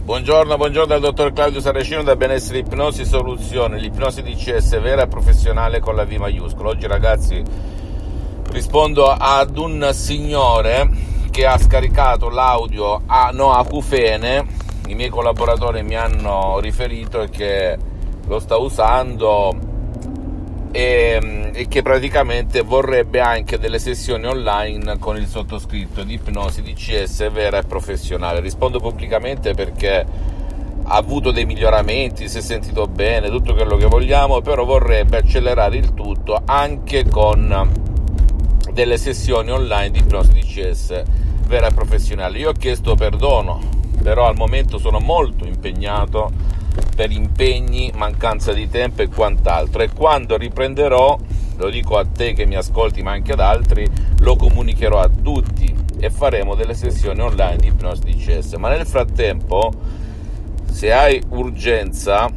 Buongiorno dal dottor Claudio Saracino da Benessere Ipnosi Soluzione, l'ipnosi DCS vera e professionale con la V maiuscola. Oggi ragazzi rispondo ad un signore che ha scaricato l'audio acufene. I miei collaboratori mi hanno riferito che lo sta usando e che praticamente vorrebbe anche delle sessioni online con il sottoscritto di ipnosi DCS vera e professionale. Rispondo pubblicamente perché ha avuto dei miglioramenti, si è sentito bene, tutto quello che vogliamo, però vorrebbe accelerare il tutto anche con delle sessioni online di ipnosi DCS vera e professionale. Io ho chiesto perdono, però al momento sono molto impegnato per impegni, mancanza di tempo e quant'altro, e quando riprenderò, lo dico a te che mi ascolti ma anche ad altri, lo comunicherò a tutti e faremo delle sessioni online di ipnosi DCS. Ma nel frattempo, se hai urgenza,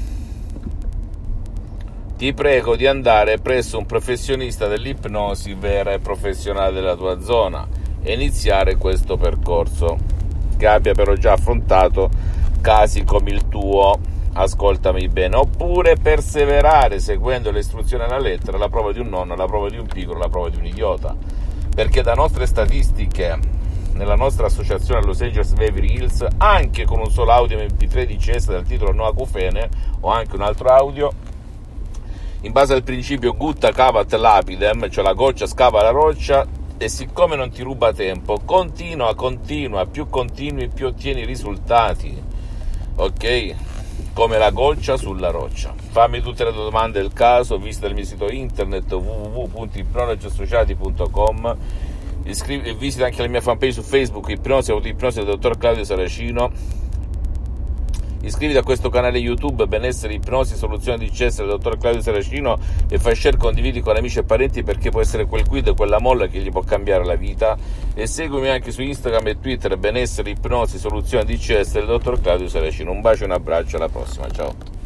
ti prego di andare presso un professionista dell'ipnosi vera e professionale della tua zona e iniziare questo percorso, che abbia però già affrontato casi come il tuo. Ascoltami bene, oppure perseverare seguendo le istruzioni alla lettera, la prova di un nonno, la prova di un piccolo, la prova di un idiota, perché da nostre statistiche nella nostra associazione a Los Angeles Beverly Hills, anche con un solo audio MP3 DCS dal titolo No Acufene o anche un altro audio, in base al principio gutta cavat lapidem, cioè la goccia scava la roccia, e siccome non ti ruba tempo, continua, più continui più ottieni risultati, ok? Come la goccia sulla roccia. Fammi tutte le domande del caso, visita il mio sito internet www.ipnologiassociati.com, visita anche la mia fanpage su Facebook, ipnosi del dottor Claudio Saracino, iscriviti a questo canale YouTube Benessere Ipnosi Soluzione DCS del dottor Claudio Saracino e fai share, condividi con amici e parenti, perché può essere quel quid, quella molla che gli può cambiare la vita. E seguimi anche su Instagram e Twitter Benessere Ipnosi Soluzione DCS del dottor Claudio Saracino. Un bacio e un abbraccio, alla prossima, ciao.